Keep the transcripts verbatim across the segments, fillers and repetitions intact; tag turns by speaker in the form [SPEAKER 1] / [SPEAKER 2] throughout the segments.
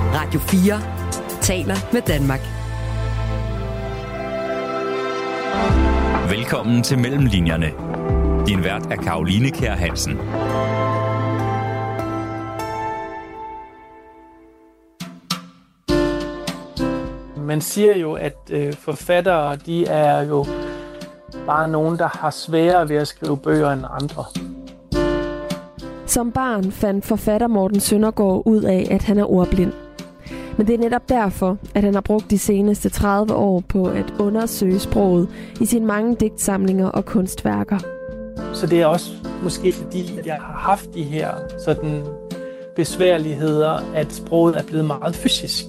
[SPEAKER 1] Radio fire taler med Danmark.
[SPEAKER 2] Velkommen til Mellemlinjerne. Din vært er Caroline Kjær Hansen.
[SPEAKER 3] Man siger jo, at øh, forfattere, de er jo bare nogen, der har sværere ved at skrive bøger end andre.
[SPEAKER 4] Som barn fandt forfatter Morten Søndergaard ud af, at han er ordblind. Men det er netop derfor, at han har brugt de seneste tredive år på at undersøge sproget i sine mange digtsamlinger og kunstværker.
[SPEAKER 3] Så det er også måske fordi, at jeg har haft de her sådan besværligheder, at sproget er blevet meget fysisk.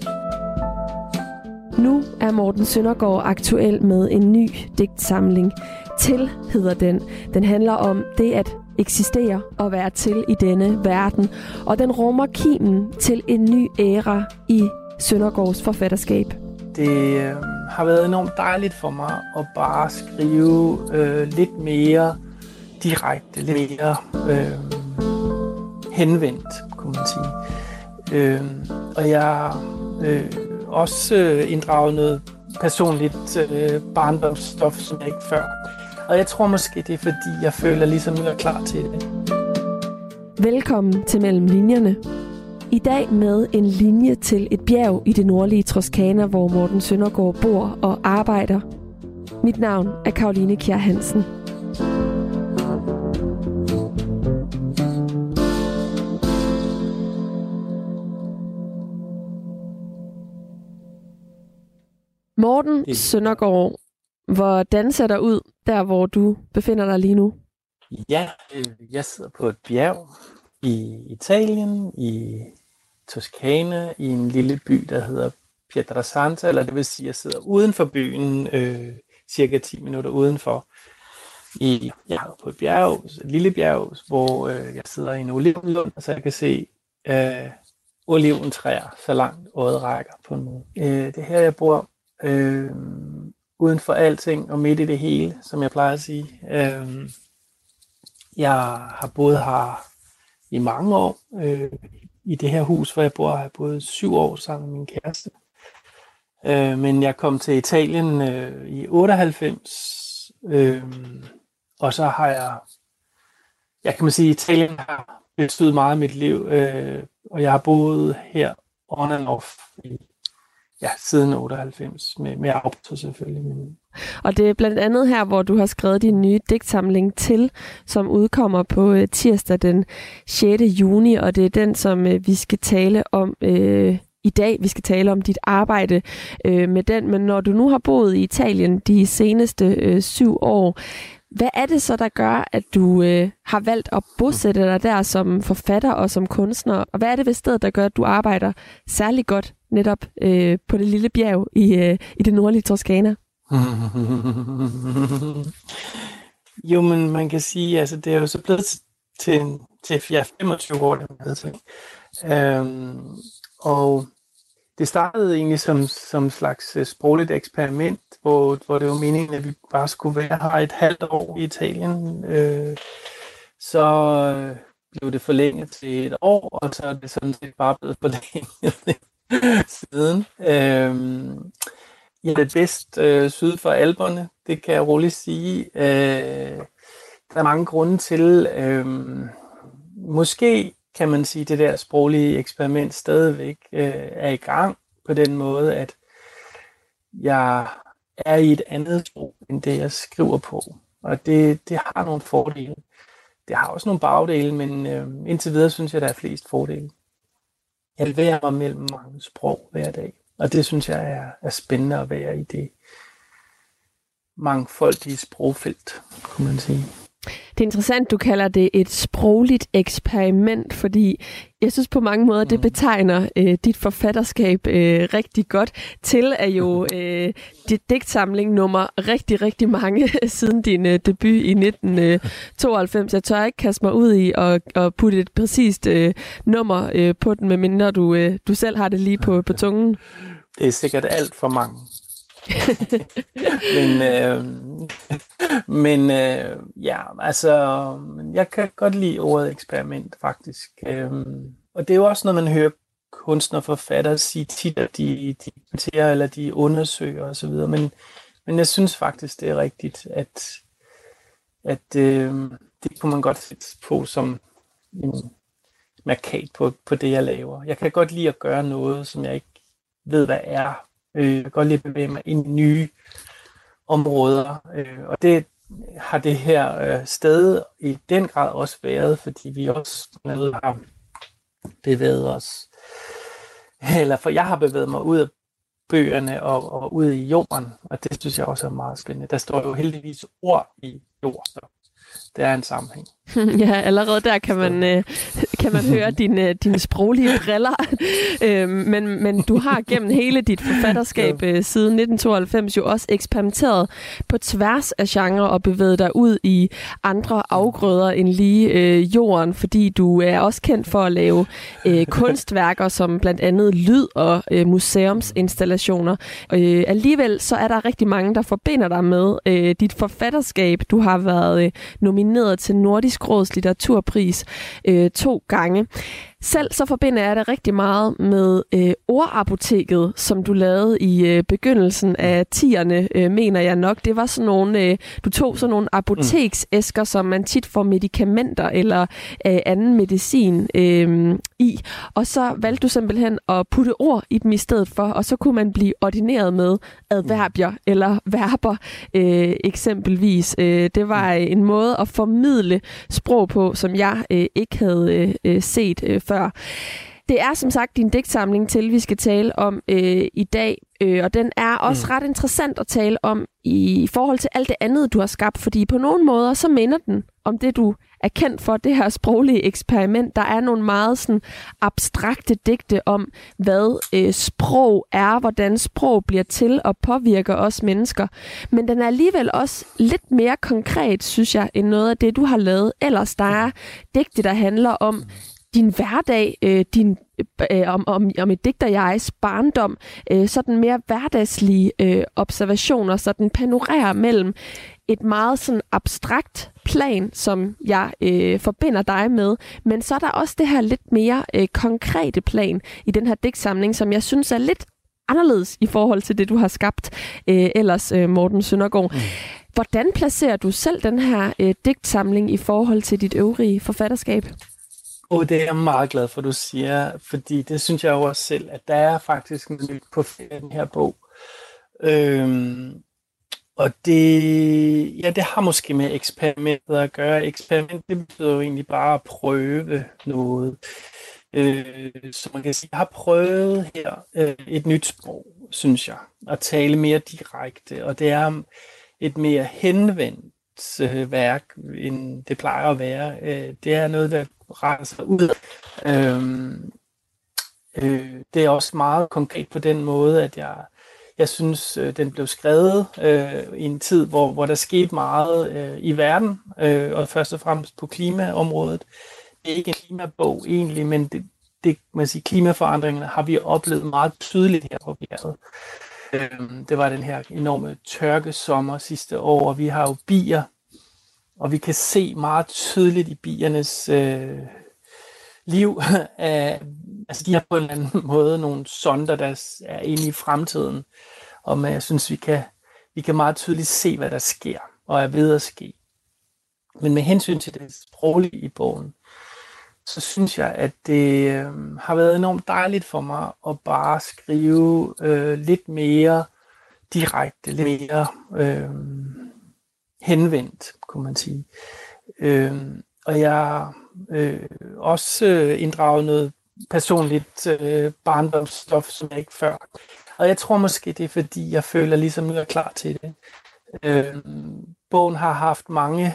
[SPEAKER 4] Nu er Morten Søndergaard aktuel med en ny digtsamling. Til hedder den. Den handler om det at eksistere og være til i denne verden. Og den rummer kimen til en ny æra i Søndergaards forfatterskab.
[SPEAKER 3] Det øh, har været enormt dejligt for mig at bare skrive øh, lidt mere direkte, lidt mere øh, henvendt, kunne man sige. Øh, og jeg øh, også øh, inddraget noget personligt øh, barndomsstof, som jeg ikke før. Og jeg tror måske, det er fordi, jeg føler ligesom, jeg er klar til det.
[SPEAKER 4] Velkommen til Mellemlinjerne. I dag med en linje til et bjerg i det nordlige Toskana, hvor Morten Søndergaard bor og arbejder. Mit navn er Caroline Kjær Hansen. Morten Søndergaard, hvordan ser der ud der, hvor du befinder dig lige nu?
[SPEAKER 3] Ja, jeg sidder på et bjerg i Italien, i Toskana, i en lille by, der hedder Pietrasanta, eller det vil sige, at jeg sidder uden for byen, øh, cirka ti minutter udenfor. I, jeg er på et bjerg, et lille bjerg, hvor øh, jeg sidder i en olivenlund, så jeg kan se øh, oliventræer, så langt øjet rækker på en måde. Øh, det er her, jeg bor. Øh, uden for alting og midt i det hele, som jeg plejer at sige. Øh, jeg har boet her i mange år. Øh, I det her hus, hvor jeg bor, har jeg boet syv år sammen med min kæreste. Øh, men jeg kom til Italien øh, i otteoghalvfems, øh, og så har jeg, jeg kan man sige, Italien har betydet meget i mit liv, øh, og jeg har boet her on and off i Ja, siden otteoghalvfems, med, med afbrydelser selvfølgelig.
[SPEAKER 4] Og det er blandt andet her, hvor du har skrevet din nye digtsamling Til, som udkommer på tirsdag den sjette juni, og det er den, som øh, vi skal tale om øh, i dag. Vi skal tale om dit arbejde øh, med den, men når du nu har boet i Italien de seneste øh, syv år, hvad er det så, der gør, at du øh, har valgt at bosætte dig der som forfatter og som kunstner? Og hvad er det ved stedet, der gør, at du arbejder særlig godt netop øh, på det lille bjerg i, øh, i det nordlige Toskana?
[SPEAKER 3] Jo, men man kan sige, altså det er jo så blevet til, til ja, femogtyve år, det øhm, og det startede egentlig som, som en slags sprogligt eksperiment, hvor, hvor det var meningen, at vi bare skulle være her et halvt år i Italien. Øh, så øh, blev det forlænget til et år, og så er det sådan set bare blevet forlænget siden. Øh, jeg er det bedst øh, syd for Alperne, det kan jeg roligt sige. Øh, der er mange grunde til. Øh, måske kan man sige, at det der sproglige eksperiment stadigvæk øh, er i gang på den måde, at jeg er i et andet sprog, end det jeg skriver på. Og det, det har nogle fordele. Det har også nogle bagdele, men øh, indtil videre synes jeg, der er flest fordele. Jeg bevæger mig mellem mange sprog hver dag, og det synes jeg er, er spændende at være i det mangfoldige sprogfelt, kunne man sige.
[SPEAKER 4] Det er interessant, du kalder det et sprogligt eksperiment, fordi jeg synes på mange måder, det betegner øh, dit forfatterskab øh, rigtig godt. Til er jo øh, dit digtsamling nummer rigtig, rigtig mange siden din øh, debut i nitten tooghalvfems. Jeg tør ikke kaste mig ud i at, at putte et præcist øh, nummer øh, på den, medmindre du, øh, du selv har det lige på, på tungen.
[SPEAKER 3] Det er sikkert alt for mange. men øh, men øh, ja, altså, jeg kan godt lide ordet eksperiment, faktisk. Øh, og det er jo også noget, man hører kunstnere og forfattere siger tit, at de, de kommenterer eller de undersøger osv., men, men jeg synes faktisk, det er rigtigt, at, at øh, det kunne man godt sætte på som en markat på, på det, jeg laver. Jeg kan godt lide at gøre noget, som jeg ikke ved, hvad er. Jeg kan godt lide at bevæge mig ind i nye områder, og det har det her øh, sted i den grad også været, fordi vi også har bevæget os, eller for jeg har bevæget mig ud af bøgerne og, og ud i jorden, og det synes jeg også er meget spændende. Der står jo heldigvis ord i jord, så det er en sammenhæng.
[SPEAKER 4] Ja, allerede der kan man, øh, kan man høre dine, dine sproglige briller. øh, men, men du har gennem hele dit forfatterskab øh, siden nitten tooghalvfems jo også eksperimenteret på tværs af genre og bevæget dig ud i andre afgrøder end lige øh, jorden, fordi du er også kendt for at lave øh, kunstværker som blandt andet lyd og øh, museumsinstallationer. Øh, alligevel så er der rigtig mange, der forbinder dig med øh, dit forfatterskab. Du har været øh, nomineret til Nordisk Råds litteraturpris øh, to gange. Selv så forbinder jeg det rigtig meget med øh, Ordapoteket, som du lavede i øh, begyndelsen af tierne, øh, mener jeg nok. Det var sådan nogle, øh, du tog sådan nogle apoteksæsker, som man tit får medicamenter eller øh, anden medicin øh, i. Og så valgte du simpelthen at putte ord i dem i stedet for, og så kunne man blive ordineret med adverbier eller verber øh, eksempelvis. Øh, det var øh, en måde at formidle sprog på, som jeg øh, ikke havde øh, set øh, før. Det er som sagt din digtsamling til, vi skal tale om øh, i dag, øh, og den er også mm. ret interessant at tale om i forhold til alt det andet, du har skabt, fordi på nogle måder, så minder den om det, du er kendt for, det her sproglige eksperiment. Der er nogle meget sådan abstrakte digte om, hvad øh, sprog er, hvordan sprog bliver til og påvirker os mennesker. Men den er alligevel også lidt mere konkret, synes jeg, end noget af det, du har lavet. Ellers der er digte, der handler om din hverdag, øh, din, øh, om, om, om et digterjegs barndom, øh, sådan mere hverdagslige øh, observationer, så den panorerer mellem et meget sådan abstrakt plan, som jeg øh, forbinder dig med, men så er der også det her lidt mere øh, konkrete plan i den her digtsamling, som jeg synes er lidt anderledes i forhold til det, du har skabt øh, ellers, øh, Morten Søndergaard. Mm. Hvordan placerer du selv den her øh, digtsamling i forhold til dit øvrige forfatterskab?
[SPEAKER 3] Og det er jeg meget glad for, du siger, fordi det synes jeg jo også selv, at der er faktisk en nyt på den her bog. Øhm, og det, ja, det har måske med eksperimentet at gøre. Eksperiment, det betyder jo egentlig bare at prøve noget. Øh, så man kan sige, jeg har prøvet her øh, et nyt sprog, synes jeg, at tale mere direkte, og det er et mere henvendt øh, værk, end det plejer at være. Øh, det er noget, der retter sig ud. Øhm, øh, det er også meget konkret på den måde, at jeg, jeg synes, øh, den blev skrevet øh, i en tid, hvor, hvor der skete meget øh, i verden, øh, og først og fremmest på klimaområdet. Det er ikke en klimabog egentlig, men det, det man siger, klimaforandringerne har vi oplevet meget tydeligt her på bjerget. Øh, det var den her enorme tørkesommer sidste år, og vi har jo bier, og vi kan se meget tydeligt i biernes øh, liv, at altså de har på en eller anden måde nogle sonder, der er inde i fremtiden. Og jeg synes, vi kan, vi kan meget tydeligt se, hvad der sker og er ved at ske. Men med hensyn til det sproglige i bogen, så synes jeg, at det øh, har været enormt dejligt for mig at bare skrive øh, lidt mere direkte, lidt mere øh, henvendt, kunne man sige. Øh, og jeg har øh, også øh, inddraget noget personligt øh, barndomsstof, som jeg ikke før. Og jeg tror måske, det er fordi, jeg føler ligesom, nu er jeg klar til det. Øh, bogen har haft mange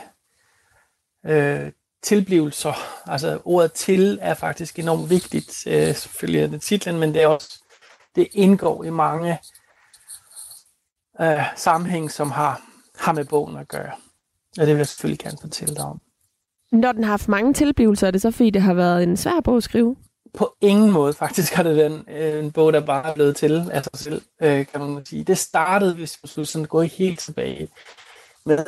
[SPEAKER 3] øh, tilblivelser. Altså ordet til er faktisk enormt vigtigt. Øh, selvfølgelig er det titlen, men det er også, det indgår i mange øh, sammenhæng, som har, har med bogen at gøre. Og det vil jeg selvfølgelig gerne fortælle dig om.
[SPEAKER 4] Når den har haft mange tilblivelser, er det så fordi, det har været en svær bog at skrive?
[SPEAKER 3] På ingen måde. Faktisk har det været en, en bog, der bare er blevet til af sig selv, øh, kan man sige. Det startede, hvis man sådan går helt tilbage, med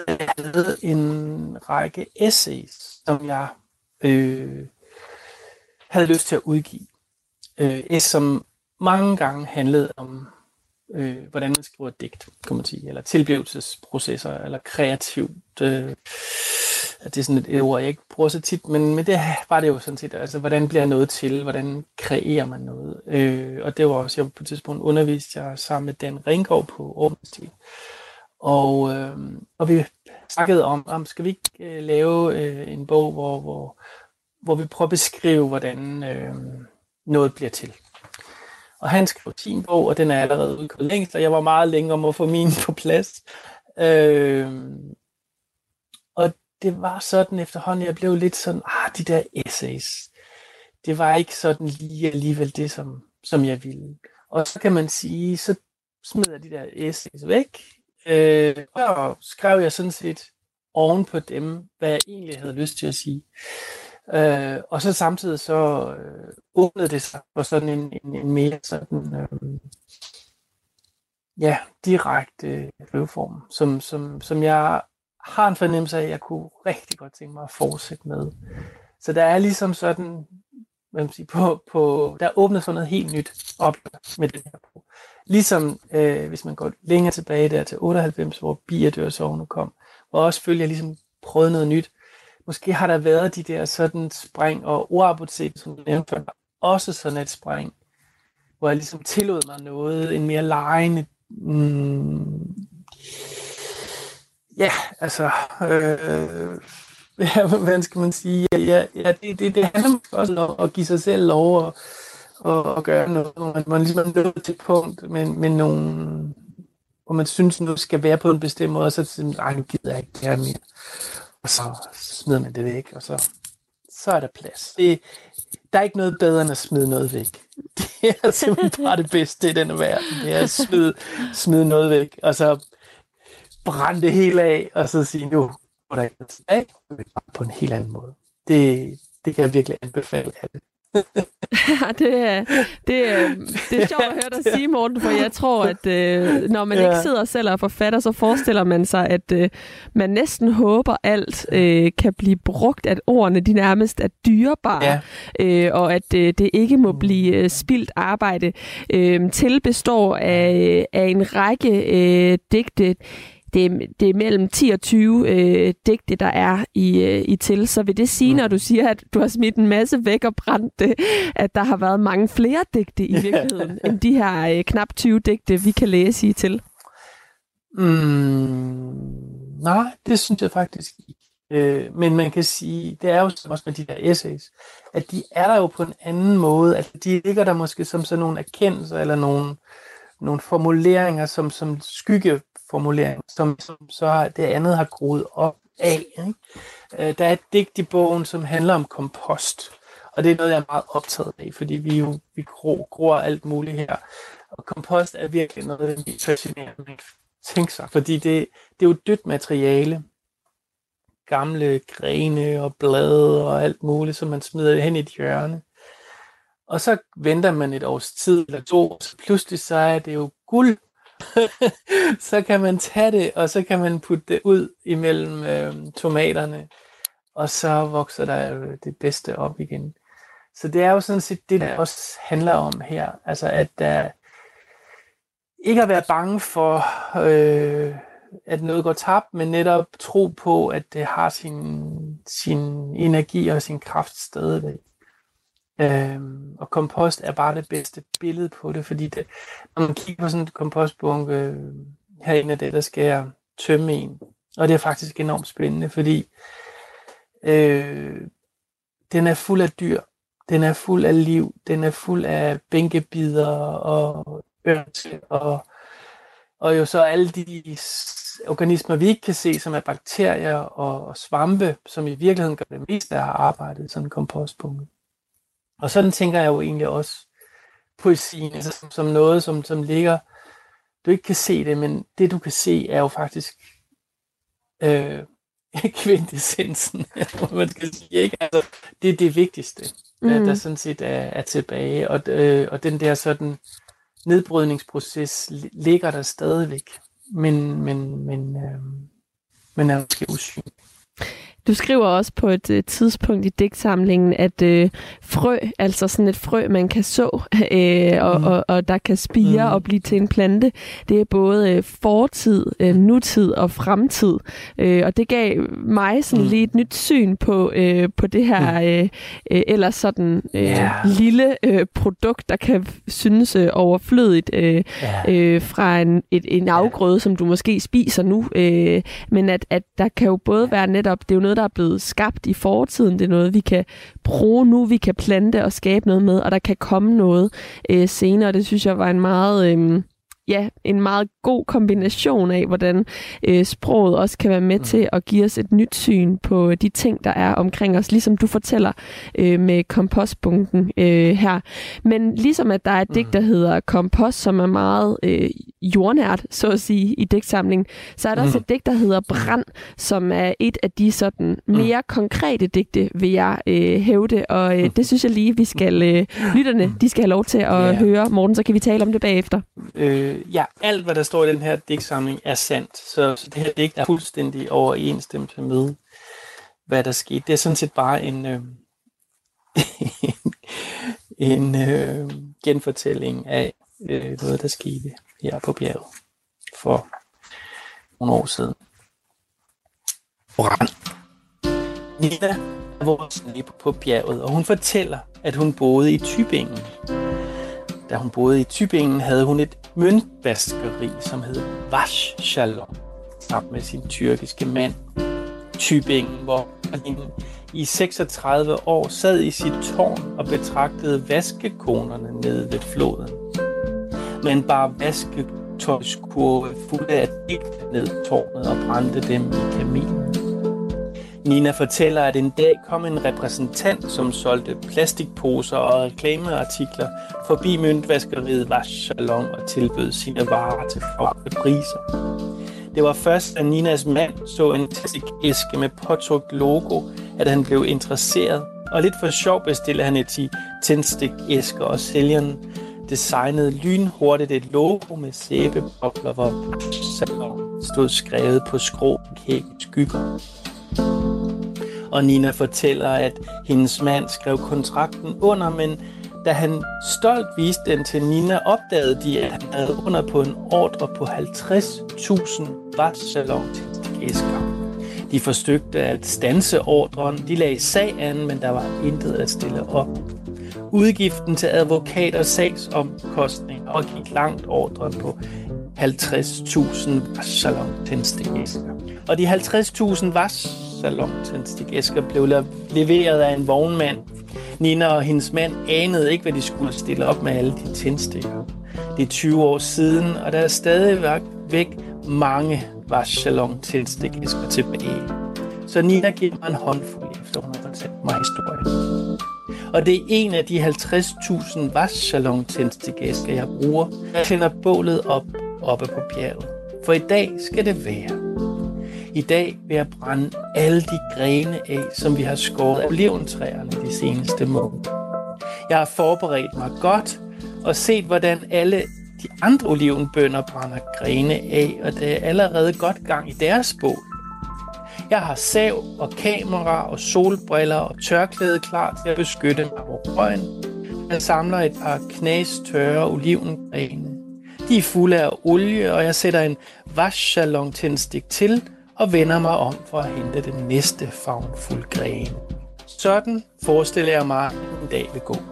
[SPEAKER 3] en række essays, som jeg øh, havde lyst til at udgive. øh, som mange gange handlede om, øh, hvordan man skriver digt, kan man sige, eller tilblivelsesprocesser, eller kreativt. Øh, det er sådan et, et ord, jeg ikke bruger så tit, men, men det var det jo sådan set, altså hvordan bliver noget til, hvordan kreerer man noget. Øh, og det var også, jeg på et tidspunkt underviste jeg sammen med Dan Ringgaard på Aarhus. Og, øh, og vi snakkede om, om skal vi ikke øh, lave øh, en bog, hvor, hvor, hvor vi prøver at beskrive, hvordan øh, noget bliver til. Og han skrev sin bog, og den er allerede udkommet længst, og jeg var meget længe om at få min på plads. Øh, og det var sådan efterhånden, jeg blev lidt sådan, ah, de der essays, det var ikke sådan lige alligevel det, som, som jeg ville. Og så kan man sige, så smed jeg de der essays væk, øh, og skrev jeg sådan set oven på dem, hvad jeg egentlig havde lyst til at sige. Øh, og så samtidig så øh, åbnede det sig for sådan en, en, en mere sådan, øh, ja, direkte skriveform, som, som, som jeg har en fornemmelse af, at jeg kunne rigtig godt tænke mig at fortsætte med. Så der er ligesom sådan, hvad man siger, på, på, der er åbnet for noget helt nyt op med den her bog. Ligesom øh, hvis man går længere tilbage der til otteoghalvfems, hvor Bierdørsovne kom, hvor også følger jeg ligesom prøvet noget nyt. Måske har der været de der sådan spring, og ordapotek, som du nævnte før, også sådan et spring, hvor jeg ligesom tillod mig noget, en mere legende, mm, ja, altså, øh, ja, hvad skal man sige, ja, ja det, det, det handler også om at give sig selv lov og, og, og gøre noget, hvor man, man ligesom er nået til et punkt med, med nogle, hvor man synes, at du skal være på en bestemt måde, og så siger man, nej, nu gider jeg ikke det her mere. Og så smider man det væk, og så, så er der plads. Det, der er ikke noget bedre end at smide noget væk. Det er simpelthen bare det bedste i denne verden. Det er at smide, smide noget væk, og så brænde det hele af, og så sige, nu går der ikke tilbage, på en helt anden måde. Det, det kan jeg virkelig anbefale af det.
[SPEAKER 4] det, er, det, er, det er sjovt at høre dig sige, Morten, for jeg tror, at øh, når man ja. ikke sidder selv og er forfatter, så forestiller man sig, at øh, man næsten håber, alt øh, kan blive brugt, at ordene de nærmest er dyrebare, ja. øh, og at øh, det ikke må blive øh, spildt arbejde. Øh, til består af, af en række øh, digte. Det er, det er mellem ti og tyve øh, digte, der er i, øh, i til. Så vil det sige, mm. når du siger, at du har smidt en masse væk og brændt det, at der har været mange flere digte i virkeligheden, yeah. end de her øh, knap tyve digte, vi kan læse i til?
[SPEAKER 3] Mm, nej, det synes jeg faktisk ikke. Øh, men man kan sige, det er jo også med de der essays, at de er der jo på en anden måde. At de ligger der måske som sådan nogle erkendelser, eller nogle, nogle formuleringer, som, som skygge formulering, som, som så det andet har groet op af. Ikke? Øh, der er et digt i bogen, som handler om kompost, og det er noget, jeg er meget optaget af, fordi vi jo vi gror, gror alt muligt her. Og kompost er virkelig noget, der er fascinerende at tænke sig, fordi det, det er jo dødt materiale. Gamle grene og blade og alt muligt, som man smider hen i et hjørne. Og så venter man et års tid eller to, og så pludselig så er det jo guld. Så kan man tage det, og så kan man putte det ud imellem øh, tomaterne, og så vokser der øh, det bedste op igen. Så det er jo sådan set det, der også handler om her. Altså at der ikke at være bange for, øh, at noget går tabt, men netop tro på, at det har sin, sin energi og sin kraft stadigvæk. Øhm, og kompost er bare det bedste billede på det, fordi det, når man kigger på sådan en kompostbunke øh, herinde af det, der skal jeg tømme en, og det er faktisk enormt spændende, fordi øh, den er fuld af dyr, den er fuld af liv, den er fuld af bænkebider og ørse og, og jo så alle de organismer, vi ikke kan se, som er bakterier og, og svampe, som i virkeligheden gør det meste af arbejdet i sådan en kompostbunke. Og sådan tænker jeg jo egentlig også poesien, altså som, som noget, som, som ligger, du ikke kan se det, men det du kan se er jo faktisk øh, kvintessensen, man skal sige, ikke? Altså, det er det vigtigste, mm. der, der sådan set er, er tilbage, og, øh, og den der sådan nedbrydningsproces ligger der stadigvæk, men, men, men, øh, men er måske usynlig.
[SPEAKER 4] Du skriver også på et uh, tidspunkt i digtsamlingen, at uh, frø, altså sådan et frø, man kan så, uh, og, mm. og, og der kan spire mm. og blive til en plante, det er både uh, fortid, uh, nutid og fremtid. Uh, og det gav mig sådan mm. lige et nyt syn på, uh, på det her uh, uh, ellers sådan uh, yeah. lille uh, produkt, der kan synes uh, overflødigt uh, yeah. uh, fra en, et, en afgrøde, yeah. som du måske spiser nu. Uh, men at, at der kan jo både være netop, det er jo noget, der er blevet skabt i fortiden, det er noget, vi kan bruge nu, vi kan plante og skabe noget med, og der kan komme noget øh, senere. Det synes jeg var en meget, øh, ja, en meget god kombination af, hvordan øh, sproget også kan være med mm. til at give os et nyt syn på de ting, der er omkring os, ligesom du fortæller øh, med kompostbunken øh, her. Men ligesom at der er et digt, der hedder Kompost, som er meget øh, jordnært, så at sige, i digtsamlingen, så er der mm. også et digt, der hedder Brand, som er et af de sådan mere mm. konkrete digte, vil jeg øh, hævde, og øh, det synes jeg lige, vi skal, øh, lytterne, de skal have lov til at yeah. høre. Morten, så kan vi tale om det bagefter.
[SPEAKER 3] Øh, ja, alt hvad der står i den her digtsamling er sandt, så, så det her digt er fuldstændig overensstemmelse med, hvad der skete. Det er sådan set bare en, øh, en øh, genfortælling af øh, noget, der skete her på bjerget for nogle år siden. Brand. Nina er vores nabo på bjerget, og hun fortæller, at hun boede i Tübingen. Da hun boede i Tübingen, havde hun et møntvaskeri, som hed Waschsalon, sammen med sin tyrkiske mand. Tübingen, hvor hun i seksogtredive år sad i sit tårn og betragtede vaskekonerne nede ved floden. Men bare vasketøjskurve fulde af digte ned tårnet og brændte dem i kaminen. Nina fortæller, at en dag kom en repræsentant, som solgte plastikposer og reklameartikler forbi møntvaskeriet Waschsalon og tilbød sine varer til flade priser. Det var først, da Ninas mand så en tændstikæske med påtrykt logo, at han blev interesseret, og lidt for sjov bestilte han et ti tændstikæsker, og sælgeren designede lynhurtigt et logo med sæbebobler, hvor Waschsalon stod skrevet på skrå kække skygger. Og Nina fortæller, at hendes mand skrev kontrakten under, men da han stolt viste den til Nina, opdagede de, at han havde under på en ordre på halvtreds tusind Waschsalon-tændstikæsker. De forsøgte at standse ordren. De lagde sag an, men der var intet at stille op. Udgiften til advokat og sagsomkostninger og gik langt ordren på halvtreds tusind Waschsalon-tændstikæsker. Og de halvtreds tusind Waschsalon-tændstikæsker blev leveret af en vognmand. Nina og hendes mand anede ikke, hvad de skulle stille op med alle de tændstikker. Det er tyve år siden, og der er stadig væk mange Waschsalon-tændstikæsker tilbage. Så Nina giver mig en håndfuld, efter hun har fortalt mig historien. Og det er en af de halvtreds tusind Waschsalon-tændstikæsker, jeg bruger, der tænder bålet op oppe på bjerget. For i dag skal det være. I dag vil jeg brænde alle de grene af, som vi har skåret af oliventræerne de seneste måneder. Jeg har forberedt mig godt og set, hvordan alle de andre olivenbønder brænder grene af, og det er allerede godt gang i deres bål. Jeg har sav og kamera og solbriller og tørklæde klar til at beskytte mig mod røgen. Jeg samler et par knastørre olivengrene. De er fulde af olie, og jeg sætter en Waschsalon-tændstik til og vender mig om for at hente den næste favnfuld grene. Sådan forestiller jeg mig, at en dag vil gå.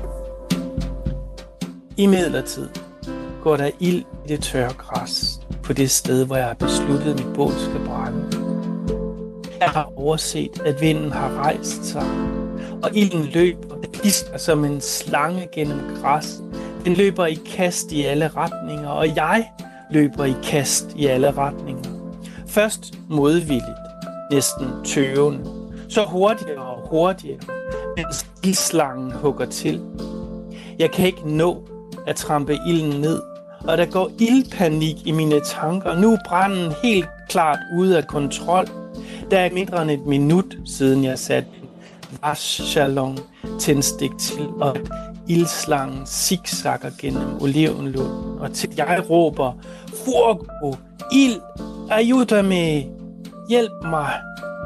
[SPEAKER 3] I midlertid går der ild i det tørre græs på det sted, hvor jeg har besluttet, at mit bål skal brænde. Jeg har overset, at vinden har rejst sig, og ilden løber pisker som en slange gennem græs. Den løber i kast i alle retninger, og jeg løber i kast i alle retninger. Først modvilligt, næsten tøvende, så hurtigere og hurtigere, mens ildslangen hugger til. Jeg kan ikke nå at trampe ilden ned, og der går ildpanik i mine tanker. Nu er branden helt klart ude af kontrol. Der er mindre end et minut siden jeg satte en Waschsalon-tændstik til, og ildslangen zigzagger gennem olivenlunden, og til jeg råber, Fuoco, ild, aiutami, hjælp mig.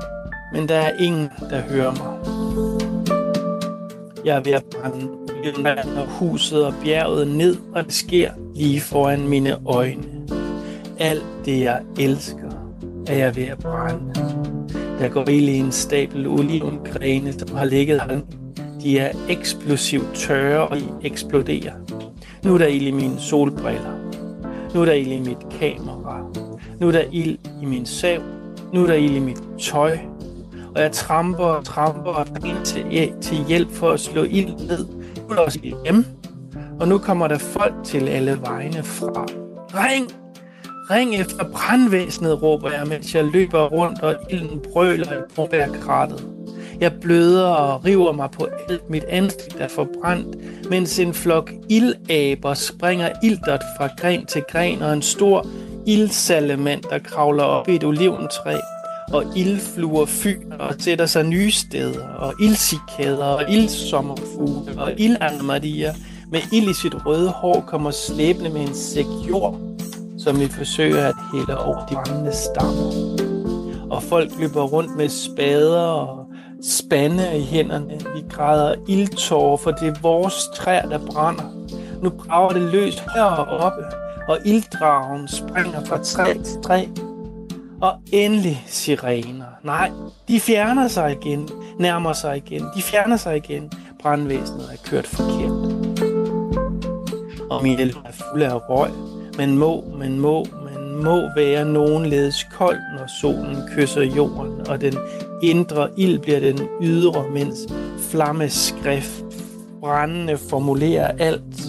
[SPEAKER 3] men der er ingen, der hører mig. Jeg er ved at brænde ilden og huset og bjerget ned, og det sker lige foran mine øjne. Alt det, jeg elsker, er jeg ved at brænde. Der går ild i en stabel olivengrene, som har ligget her. De er eksplosivt tørre, og de eksploderer. Nu er der ild i mine solbriller. Nu er der ild i mit kamera. Nu er der ild i min sav. Nu er der ild i mit tøj. Og jeg tramper og tramper og ringer til, til hjælp for at slå ild ned. Nu er der også ild hjemme. Og nu kommer der folk til alle vegne fra. Ring! Ring efter brandvæsenet, råber jeg, mens jeg løber rundt, og ilden brøler i brombærkrattet. Jeg bløder og river mig på alt. Mit ansigt er forbrændt, mens en flok ildaber springer iltert fra gren til gren, og en stor ildsalamander kravler op i et oliventræ, og ildfluer fyner og sætter sig nye steder, og ildcikader og ildsommerfugle og ildarmadiller med ild i sit røde hår kommer slæbende med en sæk jord, som vi forsøger at hælde over de brændende stammer. Og folk løber rundt med spader og spande i hænderne. Vi græder ildtårer, for det er vores træer, der brænder. Nu brager det løs højere oppe, og ilddragen springer fra træ til træ. Og endelig sirener. Nej, de fjerner sig igen, nærmer sig igen. De fjerner sig igen. Brandvæsenet er kørt forkert. Og mine lunger er fulde af røg. Man må, man må, man må være nogenledes kold, når solen kysser jorden, og den indre ild bliver den ydre, mens flammeskrift brændende formulerer alt.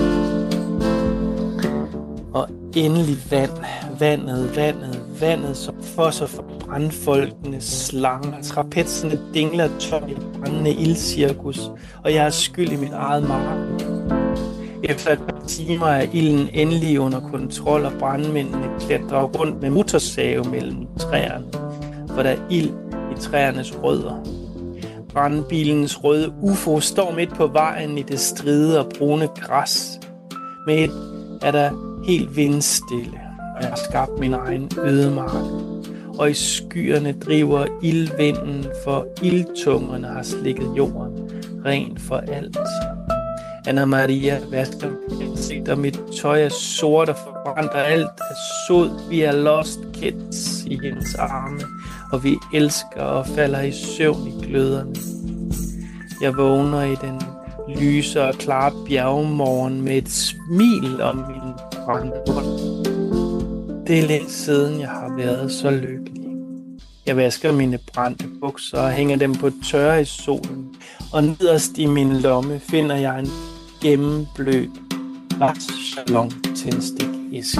[SPEAKER 3] Og endelig vand, vandet, vandet, vandet, som fosser for brandfolkenes slanger. Trapetserne dingler tom i brændende ildcirkus, og jeg er skyld i mit eget marked. Efter et par timer er ilden endelig under kontrol, og brandmændene klatrer rundt med motorsave mellem træerne, for der er ild i træernes rødder. Brandbilens røde U F O står midt på vejen i det stride og brune græs. Med et er der helt vindstille, og jeg har skabt min egen ødemark. Og i skyerne driver ildvinden, for ildtungerne har slikket jorden ren for alt. Anna Maria vasker ansigt, og mit tøj er sort og forbrændt, og alt er sod. Vi er lost kids i hendes arme, og vi elsker og falder i søvn i gløderne. Jeg vågner i den lyse og klare bjergmorgen med et smil om min brandbund. Det er længe siden, jeg har været så lykkelig. Jeg vasker mine brændte bukser og hænger dem på tørre i solen, og nederst i min lomme finder jeg en gennemblødt Chalon tændstikæske.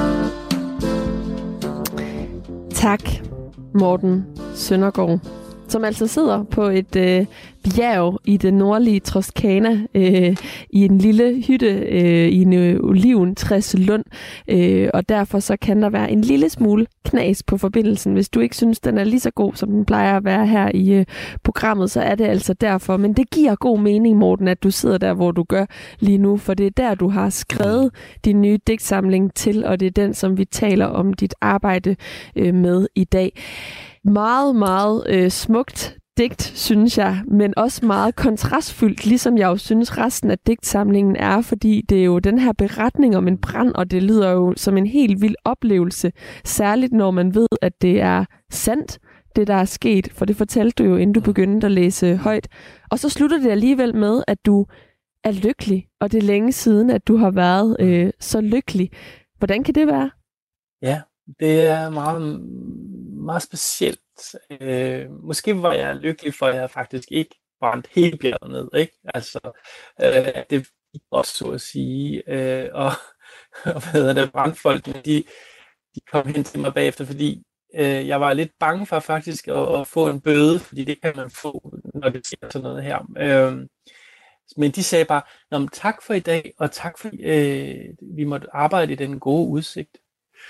[SPEAKER 4] Tak, Morten Søndergaard, som altså sidder på et øh, bjerg i det nordlige Toskana, øh, i en lille hytte øh, i en øh, oliventræslund, øh, og derfor så kan der være en lille smule knas på forbindelsen. Hvis du ikke synes, den er lige så god, som den plejer at være her i øh, programmet, så er det altså derfor. Men det giver god mening, Morten, at du sidder der, hvor du gør lige nu, for det er der, du har skrevet din nye digtsamling til, og det er den, som vi taler om dit arbejde øh, med i dag. Meget, meget øh, smukt digt, synes jeg, men også meget kontrastfyldt, ligesom jeg jo synes resten af digtsamlingen er, fordi det er jo den her beretning om en brand, og det lyder jo som en helt vild oplevelse, særligt når man ved, at det er sandt, det der er sket, for det fortalte du jo, inden du begyndte at læse højt. Og så slutter det alligevel med, at du er lykkelig, og det er længe siden, at du har været øh, så lykkelig. Hvordan kan det være?
[SPEAKER 3] Ja, det er meget, meget specielt. Øh, måske var jeg lykkelig, for jeg faktisk ikke brændt hele bjerget ned, ikke? Altså, øh, det gik godt, så at sige. Øh, og og hvad hedder det, brandfolkene, de, de kom hen til mig bagefter, fordi øh, jeg var lidt bange for faktisk at, at få en bøde, fordi det kan man få, når det sker sådan noget her. Øh, men de sagde bare, Nå, men tak for i dag, og tak for, øh, vi måtte arbejde i den gode udsigt.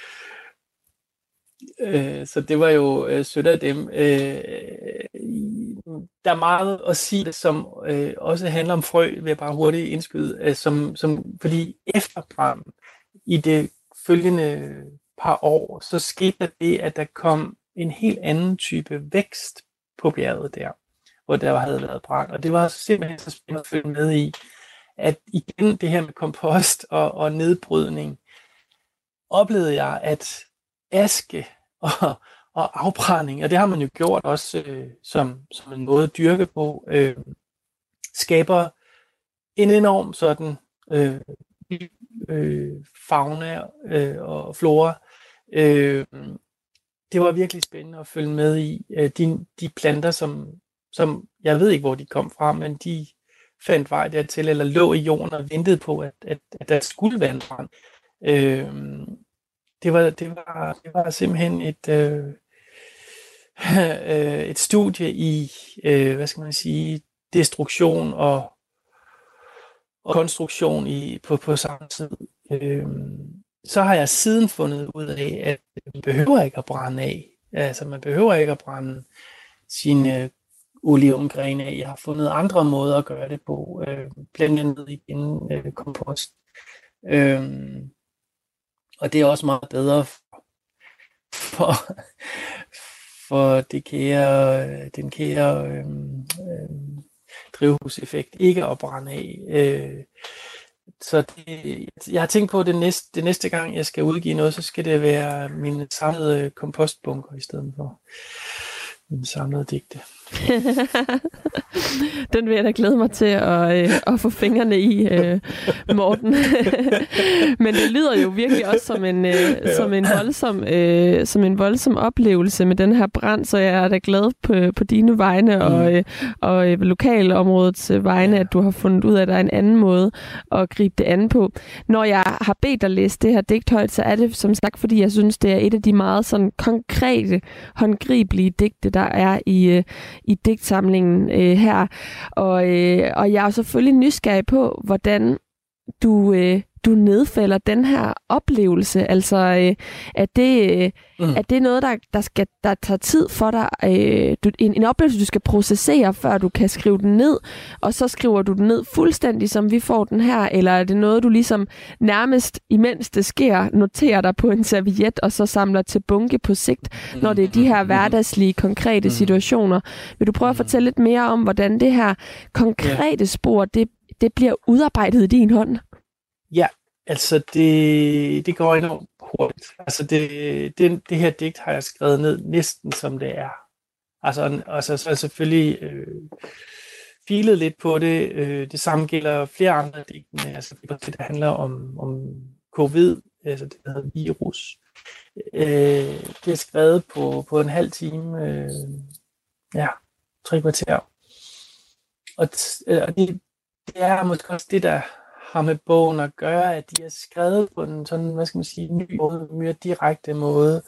[SPEAKER 3] Så det var jo øh, sødt af dem. Øh, der er meget at sige, som øh, også handler om frø, vil jeg bare hurtigt indskyde, øh, som, som, fordi efter branden i det følgende par år, så skete der det, at der kom en helt anden type vækst på bjerget der, hvor der havde været brand. Og det var simpelthen så spændende at følge med i, at igen det her med kompost og, og nedbrydning, oplevede jeg, at aske og, og afbrænding, og det har man jo gjort også øh, som, som en måde at dyrke på, øh, skaber en enorm sådan øh, øh, fauna øh, og flora. Øh, det var virkelig spændende at følge med i øh, de, de planter, som, som jeg ved ikke, hvor de kom fra, men de fandt vej dertil, eller lå i jorden og ventede på, at, at, at der skulle være en brand. Øh, det, var, det, var, det var simpelthen et, øh, øh, et studie i, øh, hvad skal man sige, destruktion og, og konstruktion i, på, på samme tid. Øh, så har jeg siden fundet ud af, at man behøver ikke at brænde af. Altså man behøver ikke at brænde sine oleumgrene af. Jeg har fundet andre måder at gøre det på. Øh, blande ned igen øh, kompost. Øh, og det er også meget bedre for, for, for det kære, den kære øh, øh, drivhuseffekt ikke at brænde af. Øh, så det, jeg har tænkt på, at det næste, det næste gang, jeg skal udgive noget, så skal det være mine samlede kompostbunker i stedet for mine samlede digte.
[SPEAKER 4] Den vil jeg da glæde mig til at, øh, at få fingrene i, øh, Morten. Men det lyder jo virkelig også som en, øh, ja. som en voldsom, øh, som en voldsom oplevelse med den her brand, så jeg er da glad på, på dine vegne mm. og, øh, og øh, lokalområdets vegne, ja. At du har fundet ud af, at der er en anden måde at gribe det an på. Når jeg har bedt dig læse det her digt højt, så er det som sagt, fordi jeg synes, det er et af de meget sådan konkrete, håndgribelige digte, der er i øh, i digtsamlingen øh, her. Og, øh, og jeg er selvfølgelig nysgerrig på, hvordan du, øh, du nedfælder den her oplevelse. Altså, øh, er, det, øh, mm. er det noget, der, der, skal, der tager tid for dig? Øh, du, en, en oplevelse, du skal processere, før du kan skrive den ned, og så skriver du den ned fuldstændig, som vi får den her? Eller er det noget, du ligesom nærmest, imens det sker, noterer dig på en serviet, og så samler til bunke på sigt, når det er de her hverdagslige, konkrete situationer? Vil du prøve at fortælle lidt mere om, hvordan det her konkrete spor, det, det bliver udarbejdet i din hånd?
[SPEAKER 3] Ja, altså det, det går enormt hurtigt. Altså det, det, det her digt har jeg skrevet ned næsten som det er. Altså, altså så er jeg selvfølgelig øh, filet lidt på det. Øh, det samme gælder flere andre digtene. Altså det, der handler om, om covid, altså det der hedder virus. Øh, det er skrevet på, på en halv time. Øh, ja, tre kvarter. Og, og det, det er måske også det, der har med bogen at gøre, at de er skrevet på en sådan, hvad skal man sige, ny måde, mere direkte måde.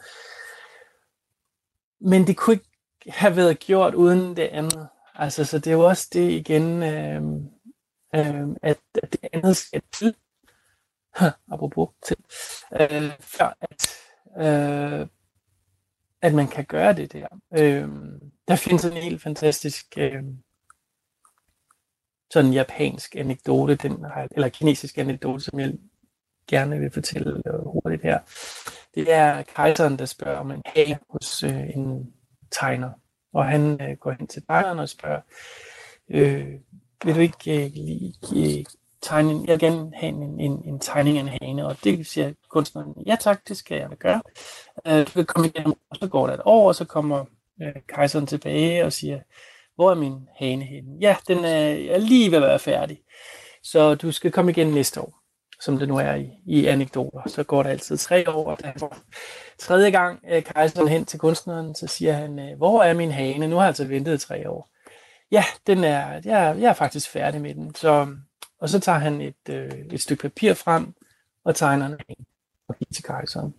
[SPEAKER 3] Men det kunne ikke have været gjort uden det andet. Altså, så det er jo også det igen, øh, øh, at, at det andet skal til, apropos til, øh, før at, øh, at man kan gøre det der. Øh, der findes en helt fantastisk øh, sådan en japansk anekdote, den har, eller kinesisk anekdote, som jeg gerne vil fortælle hurtigt her. Det er kejseren, der spørger om en hage hos øh, en tegner. Og han øh, går hen til tegneren og spørger, øh, vil du ikke øh, lige øh, tegne en, jeg vil gerne have en, en, en tegning af en hane, og det siger kunstneren, ja tak, det skal jeg da gøre. Øh, du vil komme igennem, og så går der et år, og så kommer øh, kejseren tilbage og siger, hvor er min hane henne? Ja, den er, er lige ved at være færdig. Så du skal komme igen næste år, som det nu er i, i anekdoter. Så går der altid tre år, og der tredje gang øh, kejseren hen til kunstneren, så siger han, øh, hvor er min hane? Nu har jeg altså ventet tre år. Ja, den er, jeg, jeg er faktisk færdig med den. Så, og så tager han et, øh, et stykke papir frem, og tegner en hane og giver til kejseren.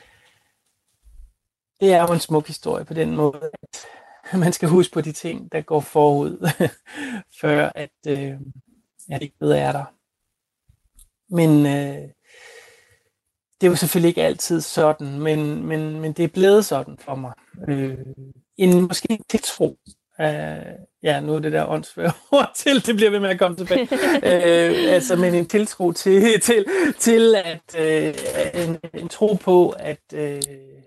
[SPEAKER 3] Det er jo en smuk historie på den måde, at man skal huske på de ting, der går forud, før at, øh, at det ikke bedre er der. Men øh, det er jo selvfølgelig ikke altid sådan, men, men, men det er blevet sådan for mig. Øh, en måske en tiltro. Øh, ja, nu er det der åndsføre ord til, det bliver ved med at komme tilbage. øh, altså, men en tiltro til, til, til at øh, en, en tro på, at øh,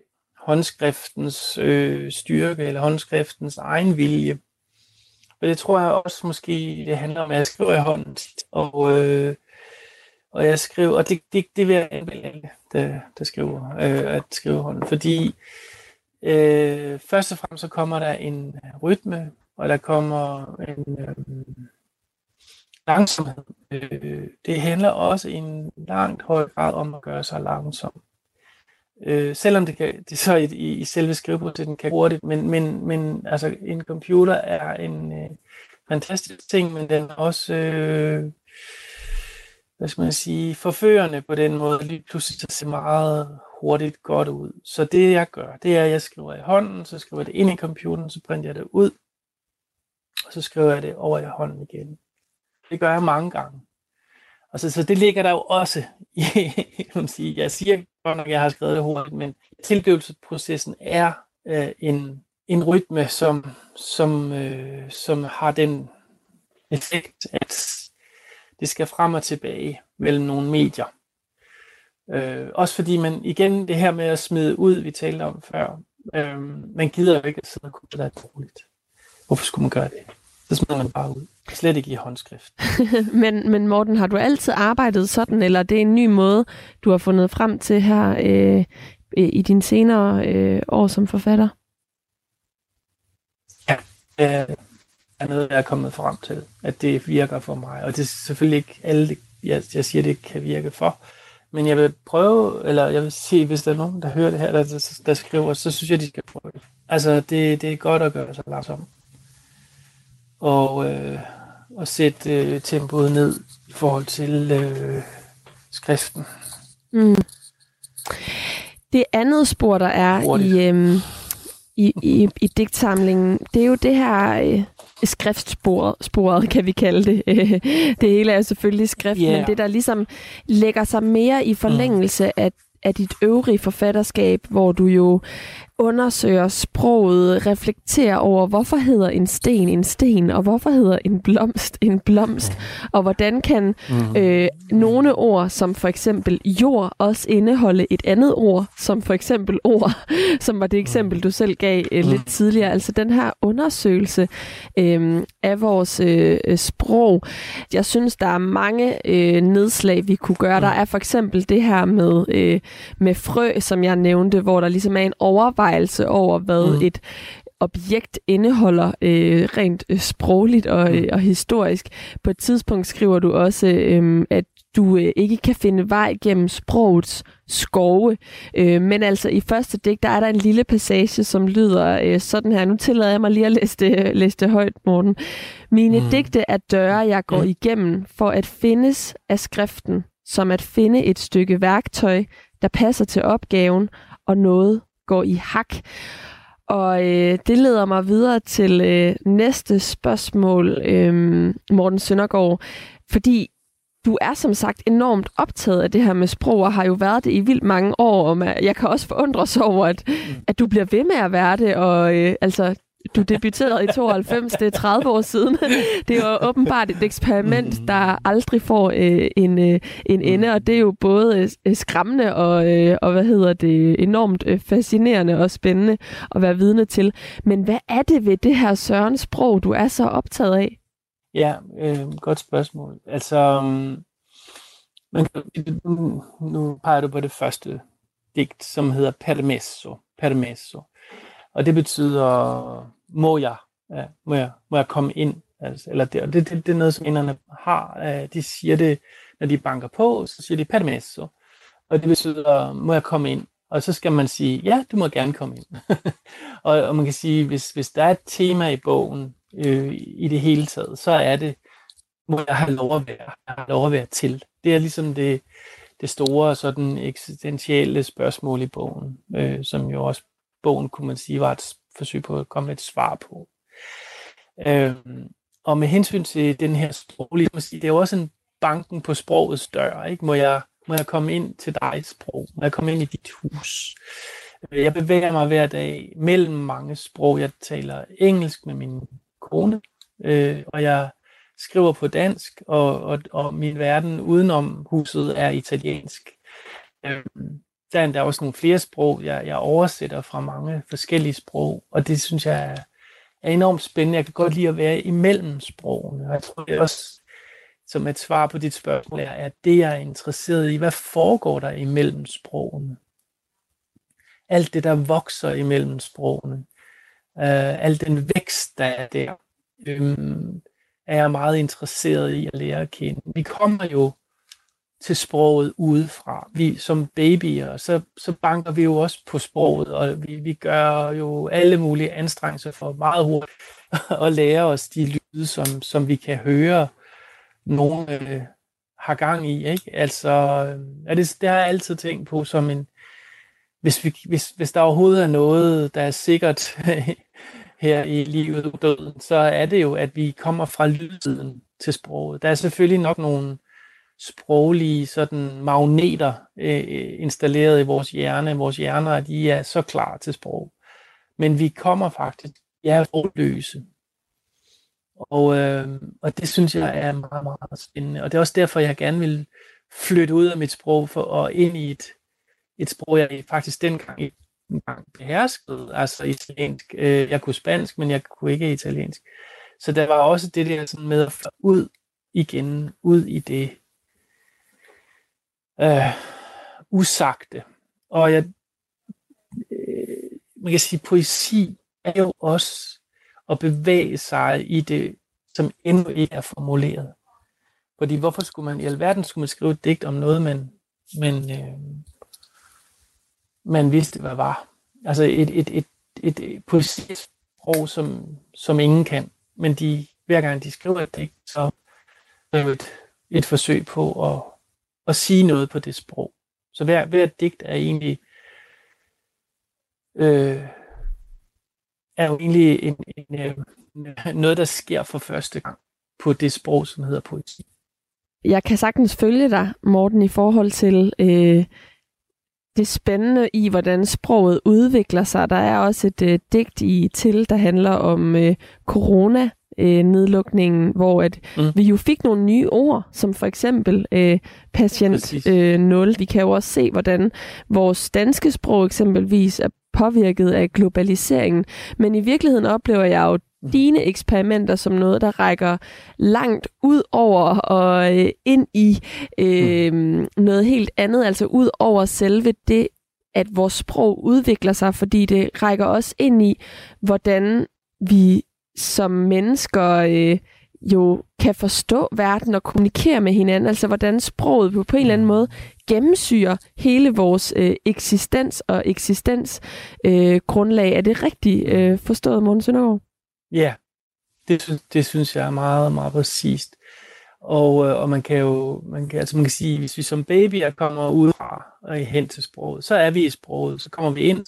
[SPEAKER 3] håndskriftens øh, styrke, eller håndskriftens egen vilje. Og det tror jeg også måske, det handler om, at jeg skriver i hånden tit, og, øh, og jeg skriver, og det, det, det vil jeg anbefale alle, der, der skriver, øh, at skrive i hånden, fordi øh, først og fremmest så kommer der en rytme, og der kommer en øh, langsomhed. Øh, det handler også i en langt høj grad om at gøre sig langsom. Øh, selvom det, kan, det så i, i selve skriveprocessen kan hurtigt, men, men, men altså, en computer er en øh, fantastisk ting, men den er også, øh, hvad skal man sige, forførende på den måde, lige pludselig så ser meget hurtigt godt ud. Så det jeg gør, det er, at jeg skriver i hånden, så skriver jeg det ind i computeren, så printer jeg det ud, og så skriver jeg det over i hånden igen. Det gør jeg mange gange. Og så, så det ligger der jo også i, kan man sige, jeg siger godt nok, jeg har skrevet det hurtigt, men tilblivelsesprocessen er øh, en, en rytme, som, som, øh, som har den effekt, at det skal frem og tilbage mellem nogle medier. Øh, også fordi man, igen, det her med at smide ud, vi talte om før, øh, man gider jo ikke at sidde og kunne, det er roligt. Hvorfor skulle man gøre det? Så smider man bare ud. Slet ikke i håndskrift.
[SPEAKER 4] men, men Morten, har du altid arbejdet sådan, eller er det en ny måde, du har fundet frem til her øh, i dine senere øh, år som forfatter?
[SPEAKER 3] Ja, det er noget, jeg er kommet frem til, at det virker for mig. Og det er selvfølgelig ikke alle, det, jeg, jeg siger, det kan virke for. Men jeg vil prøve, eller jeg vil sige, hvis der er nogen, der hører det her, der, der, der skriver, så synes jeg, de skal prøve det. Altså, det, det er godt at gøre sig langsomt. Og, øh, og sætte øh, tempoet ned i forhold til øh, skriften.
[SPEAKER 4] Mm. Det andet spor, der er i, øh, i, i, i digtsamlingen, det er jo det her øh, skriftsporet, sporet, kan vi kalde det. Det hele er jo selvfølgelig skrift, yeah. men det, der ligesom lægger sig mere i forlængelse mm. af, af dit øvrige forfatterskab, hvor du jo undersøger sproget, reflekterer over, hvorfor hedder en sten en sten, og hvorfor hedder en blomst en blomst, og hvordan kan øh, nogle ord, som for eksempel jord, også indeholde et andet ord, som for eksempel ord, som var det eksempel, du selv gav øh, lidt tidligere. Altså den her undersøgelse øh, af vores øh, sprog. Jeg synes, der er mange øh, nedslag, vi kunne gøre. Der er for eksempel det her med, øh, med frø, som jeg nævnte, hvor der ligesom er en overvejelse over, hvad mm. et objekt indeholder øh, rent øh, sprogligt og, øh, og historisk. På et tidspunkt skriver du også, øh, at du øh, ikke kan finde vej gennem sprogets skove. Øh, men altså i første digt, der er der en lille passage, som lyder øh, sådan her. Nu tillader jeg mig lige at læse det, læse det højt, Morten. Mine mm. digte er døre, jeg går igennem, for at findes af skriften, som at finde et stykke værktøj, der passer til opgaven, og noget går i hak. Og øh, det leder mig videre til øh, næste spørgsmål, øh, Morten Søndergaard. Fordi du er som sagt enormt optaget af det her med sprog, og har jo været det i vildt mange år. Og jeg kan også forundres over, at, at du bliver ved med at være det. Og øh, altså, du debuterede i tooghalvfems, det er tredive år siden. Det er jo åbenbart et eksperiment, der aldrig får øh, en, øh, en ende, og det er jo både øh, skræmmende og, øh, og hvad hedder det, enormt øh, fascinerende og spændende at være vidne til. Men hvad er det ved det her Sørens sprog, du er så optaget af?
[SPEAKER 3] Ja, øh, godt spørgsmål. Altså, man, nu, nu peger du på det første digt, som hedder permesso. Permesso. Og det betyder, må jeg, ja, må jeg, må jeg komme ind? Altså, eller det, det, det, det er noget, som inderne har. De siger det, når de banker på, så siger de permesso. Og det betyder, må jeg komme ind? Og så skal man sige, ja, du må gerne komme ind. og, og man kan sige, hvis, hvis der er et tema i bogen, øh, i det hele taget, så er det, må jeg have lov at være, jeg har lov at være til. Det er ligesom det, det store, sådan eksistentielle spørgsmål i bogen, øh, som jo også bogen, kunne man sige, var et forsøg på at komme med et svar på. Øhm, og med hensyn til den her sproglige, det er jo også en banken på sprogets dør, ikke? Må jeg, må jeg komme ind til dig sprog? Må jeg komme ind i dit hus? Jeg bevæger mig hver dag mellem mange sprog. Jeg taler engelsk med min kone, øh, og jeg skriver på dansk, og, og, og min verden udenom huset er italiensk. Øhm, der er der også nogle flere sprog, jeg, jeg oversætter fra mange forskellige sprog, og det synes jeg er, er enormt spændende. Jeg kan godt lide at være imellem sprogene, og jeg tror det er også, som et svar på dit spørgsmål, er, at det jeg er interesseret i, hvad foregår der imellem sprogene? Alt det, der vokser imellem sprogene, øh, al den vækst, der er der, øh, er jeg meget interesseret i at lære at kende. Vi kommer jo til sproget udefra. Vi som babyer, så, så banker vi jo også på sproget, og vi, vi gør jo alle mulige anstrengelser for meget hurtigt at lære os de lyde, som, som vi kan høre, nogen øh, har gang i. Ikke? Altså, er det, det har jeg altid tænkt på som en, hvis, vi, hvis, hvis der overhovedet er noget, der er sikkert her i livet og døden, så er det jo, at vi kommer fra lyden til sproget. Der er selvfølgelig nok nogle sproglige sådan magneter øh, installeret i vores hjerne. Vores hjerner, de er så klar til sprog. Men vi kommer faktisk, jeg er sprogløse. Og, øh, og det synes jeg er meget, meget spændende. Og det er også derfor, jeg gerne vil flytte ud af mit sprog for, og ind i et, et sprog, jeg faktisk dengang engang beherskede. Altså italiensk. Øh, jeg kunne spansk, men jeg kunne ikke italiensk. Så der var også det der sådan med at få ud igen, ud i det øh, usagte. Og jeg, øh, man kan sige, poesi er jo også at bevæge sig i det, som endnu ikke er formuleret. Fordi hvorfor skulle man i alverden skulle man skrive et digt om noget, man, man, øh, man vidste, hvad var. Altså et, et, et, et, et poesisprog, som, som ingen kan. Men de, hver gang de skriver et digt, så er det et, et forsøg på at, at sige noget på det sprog. Så hver, hver digt er egentlig øh, er jo egentlig en, en, en, noget, der sker for første gang på det sprog, som hedder poesi.
[SPEAKER 4] Jeg kan sagtens følge dig, Morten, i forhold til øh, det spændende i, hvordan sproget udvikler sig. Der er også et øh, digt i til, der handler om øh, corona, øh, nedlukningen, hvor at mm. vi jo fik nogle nye ord, som for eksempel øh, patient øh, nul. Vi kan jo også se, hvordan vores danske sprog eksempelvis er påvirket af globaliseringen. Men i virkeligheden oplever jeg jo dine eksperimenter som noget, der rækker langt ud over og øh, ind i øh, mm. noget helt andet, altså ud over selve det, at vores sprog udvikler sig, fordi det rækker også ind i, hvordan vi som mennesker øh, jo kan forstå verden og kommunikere med hinanden, altså hvordan sproget på, på en eller anden måde gennemsyrer hele vores øh, eksistens og eksistensgrundlag. Øh, grundlag. Er det rigtigt øh, forstået, Morten Søndergaard?
[SPEAKER 3] Ja, det, det synes jeg er meget, meget præcist. Og, øh, og man kan jo, man kan, altså man kan sige, hvis vi som babyer kommer udefra og hen til sproget, så er vi i sproget, så kommer vi ind,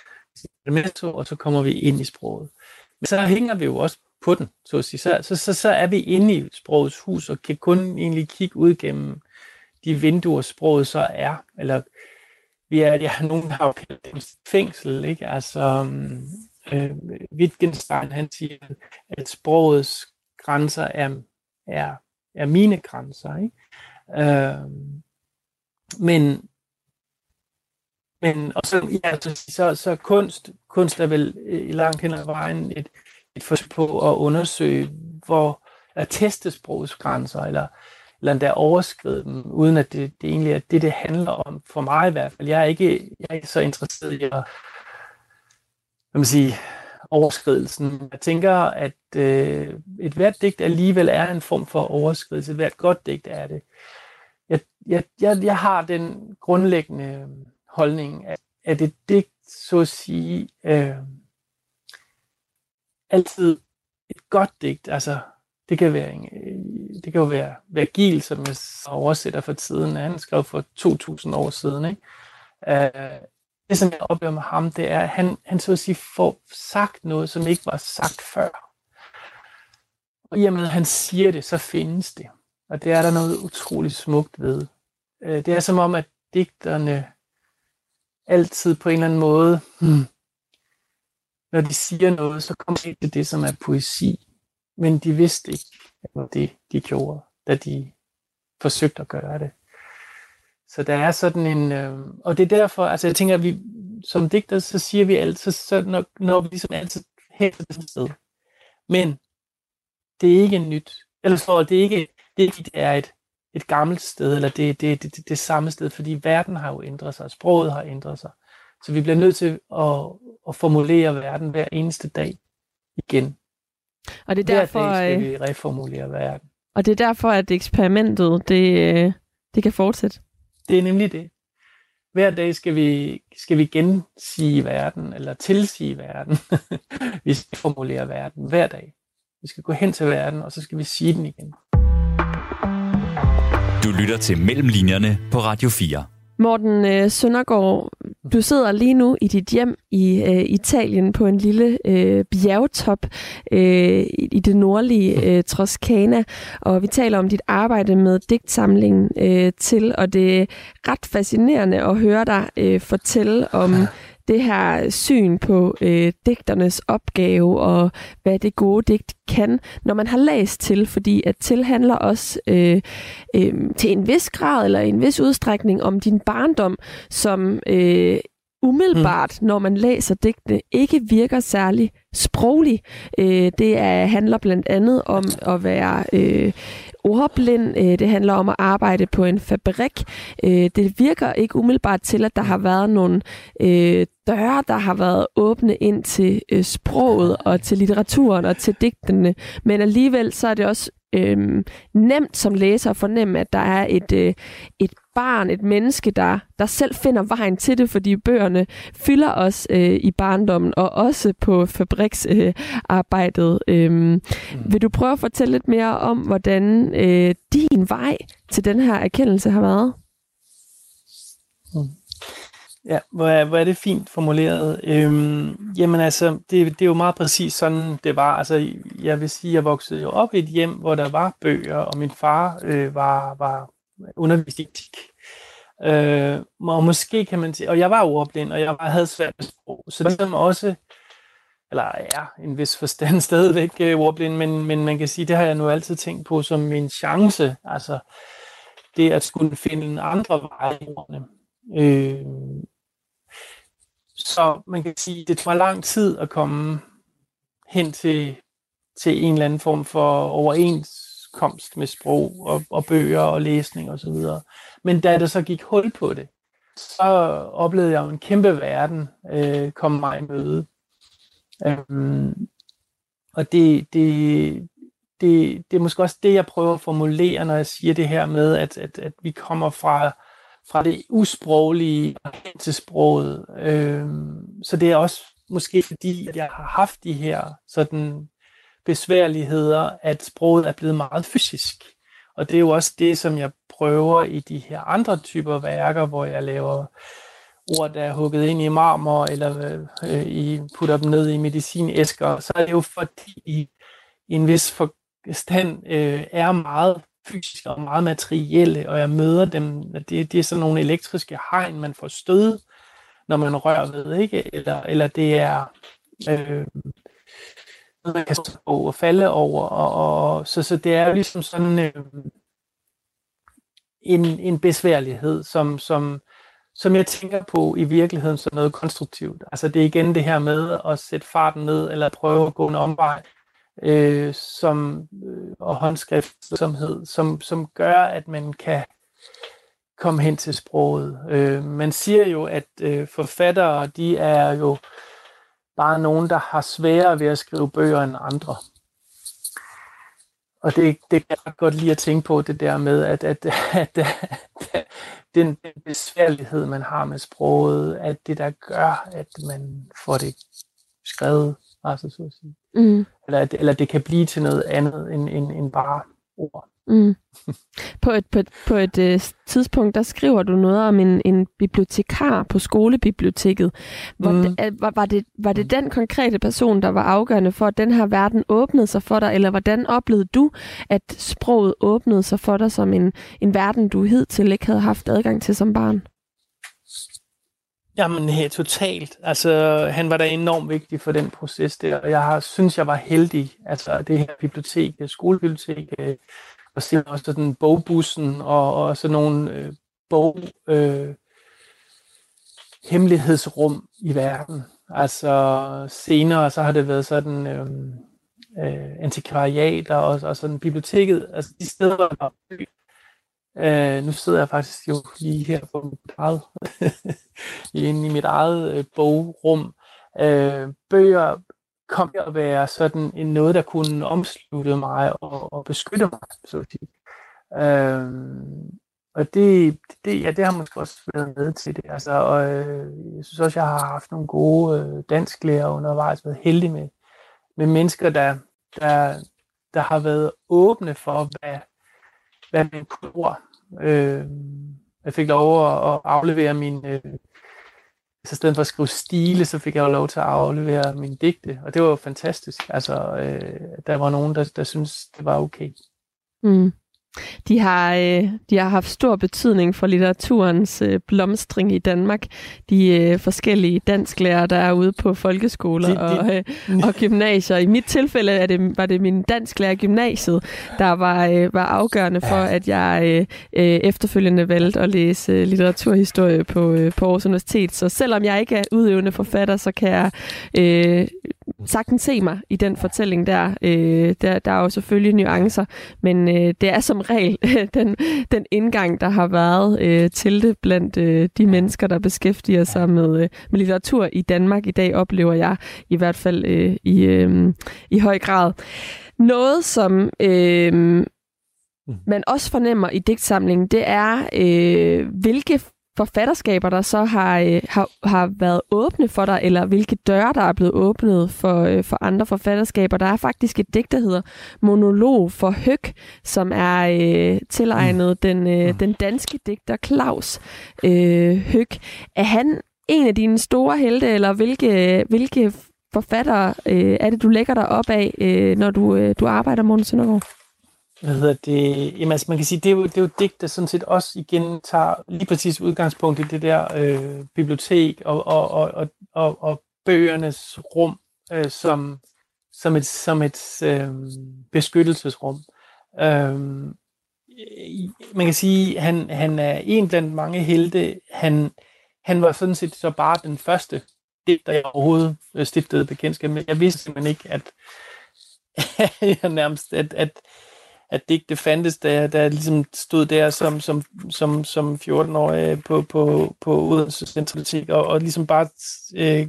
[SPEAKER 3] og så kommer vi ind i sproget. Men så hænger vi jo også på den, så at sige. Så, så, så, så er vi inde i sprogets hus, og kan kun egentlig kigge ud gennem de vinduer, sproget så er. Eller vi er, ja, nogen har jo kaldt det fængsel, ikke? Altså, øh, Wittgenstein, han siger, at sprogets grænser er, er, er mine grænser, ikke? Øh, men, men og så, ja, så, så, så kunst, kunst er vel i langt hen ad vejen et, et forsøg på at undersøge, hvor at teste sprogets grænser, eller, eller endda overskride dem, uden at det, det egentlig er det, det handler om, for mig i hvert fald. Jeg er ikke, jeg er ikke så interesseret i at, hvad man sige, overskridelsen. Jeg tænker, at øh, et hvert digt alligevel er en form for overskridelse. Et hvert godt digt er det. Jeg, jeg, jeg, jeg har den grundlæggende holdning, at, at et digt, så at sige, øh, altid et godt digt, altså det kan være en, det kan jo være Vergil, som jeg oversætter for tiden, han skrev for to tusind år siden, ikke? Uh, det som jeg oplever med ham, det er, at han, han så at sige får sagt noget, som ikke var sagt før. Og i og med at han siger det, så findes det. Og det er der noget utroligt smukt ved. Uh, det er som om, at digterne altid på en eller anden måde, hmm, når de siger noget, så kommer de til det, som er poesi. Men de vidste ikke, at det var det, de gjorde, da de forsøgte at gøre det. Så der er sådan en, øh, og det er derfor, altså jeg tænker, at vi som digter, så siger vi altid, så når, når vi ligesom altid hen til det sted. Men det er ikke nyt, eller så det er ikke, det er, ikke, det er et, et gammelt sted, eller det, det, det, det, det samme sted, fordi verden har jo ændret sig, sproget har ændret sig. Så vi bliver nødt til at, at formulere verden hver eneste dag igen.
[SPEAKER 4] Og det er
[SPEAKER 3] hver
[SPEAKER 4] derfor,
[SPEAKER 3] dag skal vi reformulere verden.
[SPEAKER 4] Og det er derfor, at eksperimentet, det, det kan fortsætte.
[SPEAKER 3] Det er nemlig det. Hver dag skal vi, skal vi gensige verden, eller tilsige verden. Vi skal formulere verden hver dag. Vi skal gå hen til verden, og så skal vi sige den igen.
[SPEAKER 2] Du lytter til Mellem Linjerne på Radio fire.
[SPEAKER 4] Morten øh, Søndergaard, du sidder lige nu i dit hjem i øh, Italien på en lille øh, bjergtop øh, i det nordlige øh, Toscana, og vi taler om dit arbejde med digtsamlingen øh, til, og det er ret fascinerende at høre dig øh, fortælle om det her syn på øh, digternes opgave og hvad det gode digt kan, når man har læst til, fordi at til handler også øh, øh, til en vis grad eller en vis udstrækning om din barndom, som øh, umiddelbart, mm. når man læser digtene, ikke virker særlig sproglig. Øh, det er, handler blandt andet om at være øh, ordblind. Øh, det handler om at arbejde på en fabrik. Øh, det virker ikke umiddelbart til, at der har været nogle øh, døre, der har været åbne ind til øh, sproget og til litteraturen og til digtene. Men alligevel så er det også øh, nemt som læser at fornemme, at der er et, øh, et barn, et menneske, der, der selv finder vejen til det, fordi bøgerne fylder os øh, i barndommen, og også på fabriksarbejdet. Øh, mm. Vil du prøve at fortælle lidt mere om, hvordan øh, din vej til den her erkendelse har været?
[SPEAKER 3] Mm. Ja, hvor er, hvor er det fint formuleret. Øhm, jamen altså, det, det er jo meget præcis sådan, det var. Altså, jeg vil sige, jeg voksede jo op i et hjem, hvor der var bøger, og min far øh, var, var undervist i etik. Øh, og måske kan man sige, og jeg var ordblind, og jeg havde svært med sprog, så det er også, eller ja, en vis forstand stadigvæk øh, ordblind, men, men man kan sige, det har jeg nu altid tænkt på som min chance, altså det at skulle finde en andre veje i ordene. Øh, så man kan sige, det tog lang tid at komme hen til, til en eller anden form for overenskomst med sprog og, og bøger og læsning og så videre. Men da der så gik hul på det, så oplevede jeg jo en kæmpe verden øh, komme mig i møde. Øhm, og det, det, det, det er måske også det, jeg prøver at formulere, når jeg siger det her med, at, at, at vi kommer fra fra det usproglige hen til sproget. Øhm, så det er også måske fordi, at jeg har haft de her sådan besværligheder, at sproget er blevet meget fysisk. Og det er jo også det, som jeg prøver i de her andre typer værker, hvor jeg laver ord, der er hugget ind i marmor, eller øh, I putter dem ned i medicinæsker. Så er det jo fordi, i, i en vis forstand øh, er meget fysiske og meget materielle, og jeg møder dem, det, det er sådan nogle elektriske hegn, man får stød, når man rører ved, ikke? Eller, eller det er øh, noget, man kan stå og falde over, og, og så, så det er ligesom sådan øh, en, en besværlighed, som, som, som jeg tænker på i virkeligheden som noget konstruktivt. Altså det er igen det her med at sætte farten ned, eller prøve at gå en omvej, Øh, som, øh, og håndskriftsomhed, som, som gør, at man kan komme hen til sproget. Øh, man siger jo, at øh, forfattere, de er jo bare nogen, der har sværere ved at skrive bøger end andre. Og det, det kan jeg godt lide at tænke på, det der med, at, at, at, at den, den besværlighed, man har med sproget, at det, der gør, at man får det skrevet, altså så at sige. Mm. Eller, eller det kan blive til noget andet end, end, end bare ord.
[SPEAKER 4] Mm. På et, på et, på et uh, tidspunkt, der skriver du noget om en, en bibliotekar på skolebiblioteket. Var, mm. det, var, var, det, var det den konkrete person, der var afgørende for, at den her verden åbnede sig for dig, eller hvordan oplevede du, at sproget åbnede sig for dig som en, en verden, du hidtil ikke havde haft adgang til som barn?
[SPEAKER 3] Jamen helt totalt. Altså han var da enormt vigtig for den proces der, og jeg har, synes, jeg var heldig. Altså det her bibliotek, skolebibliotek, og så også den bogbussen og, og sådan nogle øh, bog øh, hemmelighedsrum i verden. Altså senere så har det været sådan øh, øh, antikvariater og, og sådan biblioteket, altså de steder, hvor der var bøger. Øh, nu sidder jeg faktisk jo lige her på mit eget, inde i mit eget øh, bogrum. Øh, bøger kom til at være sådan en noget, der kunne omslutte mig og, og beskytte mig, så at sige. Øh, og det, det, ja, det har måske også været med til det. Altså, og, øh, jeg synes også, jeg har haft nogle gode øh, dansklærer undervejs, været heldig med, med mennesker, der, der, der har været åbne for, hvad, hvad min kultur. Øh, jeg fik lov at, at aflevere min... Øh, så i stedet for at skrive stile, så fik jeg jo lov til at aflevere mine digte, og det var jo fantastisk. Altså, øh, der var nogen, der, der syntes, det var okay.
[SPEAKER 4] Mm. De har, øh, de har haft stor betydning for litteraturens øh, blomstring i Danmark. De øh, forskellige dansklærere, der er ude på folkeskoler de, de, og, øh, og gymnasier. I mit tilfælde er det, var det min dansklærer i gymnasiet, der var, øh, var afgørende for, at jeg øh, øh, efterfølgende valgte at læse øh, litteraturhistorie på, øh, på Aarhus Universitet. Så selvom jeg ikke er udøvende forfatter, så kan jeg øh, sagtens se mig i den fortælling der. Øh, der. Der er jo selvfølgelig nuancer, men øh, det er som regel den, den indgang, der har været øh, til det blandt øh, de mennesker, der beskæftiger sig med, øh, med litteratur i Danmark i dag, oplever jeg i hvert fald øh, i, øh, i høj grad. Noget, som øh, man også fornemmer i digtsamlingen, det er, øh, hvilke forfatterskaber, der så har, øh, har, har været åbne for dig, eller hvilke døre, der er blevet åbnet for, øh, for andre forfatterskaber. Der er faktisk et digt, der hedder Monolog for Høg, som er øh, tilegnet den, øh, den danske digter Claus øh, Høg. Er han en af dine store helte, eller hvilke, hvilke forfattere øh, er det, du lægger dig op af, øh, når du, øh, du arbejder, Morten Søndergaard?
[SPEAKER 3] Hvad hedder det? Jamen, altså, man kan sige, det er jo, det er jo digt, der sådan set også igen tager lige præcis udgangspunkt i det der øh, bibliotek og, og, og, og, og, og bøgernes rum øh, som, som et, som et øh, beskyttelsesrum. Øh, man kan sige, han, han er en blandt mange helte. Han, han var sådan set så bare den første digter, jeg overhovedet stiftede bekendtskab med. Jeg vidste simpelthen ikke, at jeg nærmest, at, at at digte fandtes, da jeg, da jeg ligesom stod der som, som, som, som fjorten-årig på, på, på Odense Centralbibliotek og, og ligesom bare øh,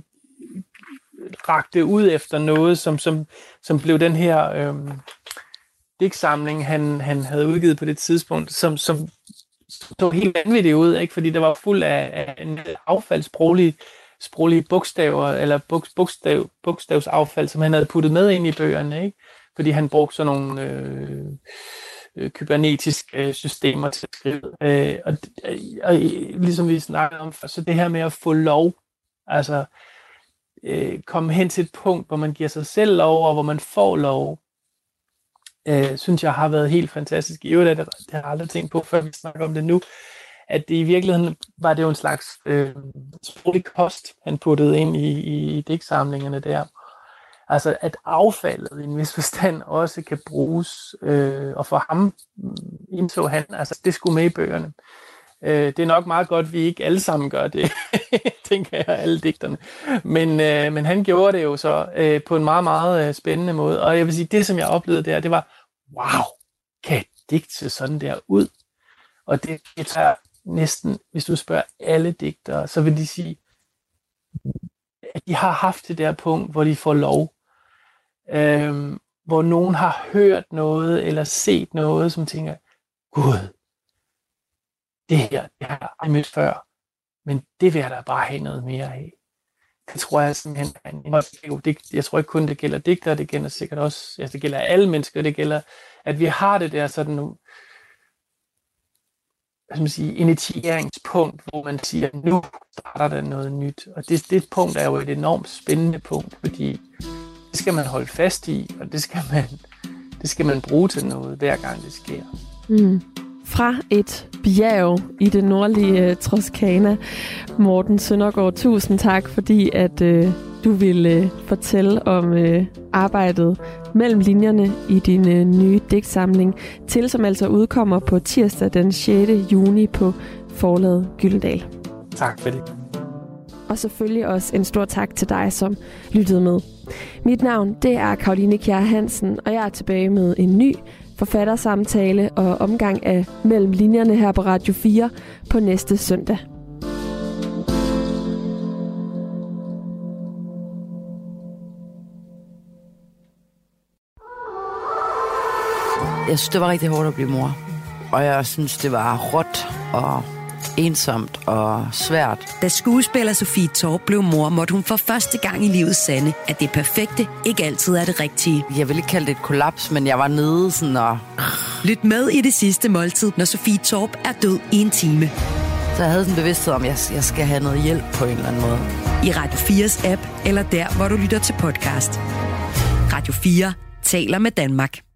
[SPEAKER 3] rakte ud efter noget, som, som, som blev den her øh, digtsamling, han, han havde udgivet på det tidspunkt, som, som så helt vanvittigt ud, ikke? Fordi det var fuld af, af en affaldssproglige sproglige bogstaver, eller bogstav, bogstavsaffald, som han havde puttet med ind i bøgerne, ikke? Fordi han brugte sådan nogle øh, øh, kybernetiske øh, systemer til at skrive. Øh, og, og ligesom vi snakkede om, så det her med at få lov, altså øh, komme hen til et punkt, hvor man giver sig selv lov, og hvor man får lov, øh, synes jeg har været helt fantastisk. I øvrigt, det, det har jeg aldrig tænkt på, før vi snakker om det nu, at det i virkeligheden var det jo en slags øh, sproglig kost, han puttede ind i, i, i digtsamlingerne der. Altså at affaldet i en vis forstand også kan bruges, øh, og for ham indså han, altså det skulle med i bøgerne. Øh, det er nok meget godt, at vi ikke alle sammen gør det, tænker jeg, alle digterne. Men, øh, men han gjorde det jo så øh, på en meget, meget øh, spændende måde. Og jeg vil sige, det som jeg oplevede der, det var, wow, kan et digt se sådan der ud? Og det, det tager næsten, hvis du spørger alle digtere, så vil de sige, at de har haft det der punkt, hvor de får lov. Øhm, hvor nogen har hørt noget eller set noget, som tænker, Gud, det her, det har jeg aldrig mødt før, men det vil jeg da bare have noget mere af. Det tror jeg simpelthen er en, jeg tror ikke kun det gælder digtere, det gælder sikkert også, altså det gælder alle mennesker, det gælder, at vi har det der sådan nogle, hvad skal man sige, initieringspunkt, hvor man siger, nu starter der noget nyt. Og det, det punkt er jo et enormt spændende punkt, fordi det skal man holde fast i, og det skal man, det skal man bruge til noget, hver gang det sker.
[SPEAKER 4] Mm. Fra et bjerg i det nordlige Toscana. Morten Søndergaard, tusind tak, fordi at øh, du ville øh, fortælle om øh, arbejdet mellem linjerne i din øh, nye digtsamling, til som altså udkommer på tirsdag den sjette juni på Forlaget Gyldendal.
[SPEAKER 3] Tak for det.
[SPEAKER 4] Og selvfølgelig også en stor tak til dig, som lyttede med. Mit navn, det er Caroline Kjær Hansen, og jeg er tilbage med en ny forfattersamtale og omgang af Mellem Linjerne her på Radio fire på næste søndag.
[SPEAKER 5] Jeg synes, det var rigtig hårdt at blive mor. Og jeg synes, det var råt og ensomt og svært.
[SPEAKER 1] Da skuespiller Sofie Torp blev mor, måtte hun for første gang i livet sande, at det perfekte ikke altid er det rigtige.
[SPEAKER 5] Jeg vil ikke kalde det et kollaps, men jeg var nede sådan og...
[SPEAKER 1] Lyt med i det sidste måltid, når Sofie Torp er død i en time.
[SPEAKER 5] Så jeg havde sådan en bevidsthed om, at jeg, jeg skal have noget hjælp på en eller anden måde.
[SPEAKER 1] I Radio fires app, eller der, hvor du lytter til podcast. Radio fire taler med Danmark.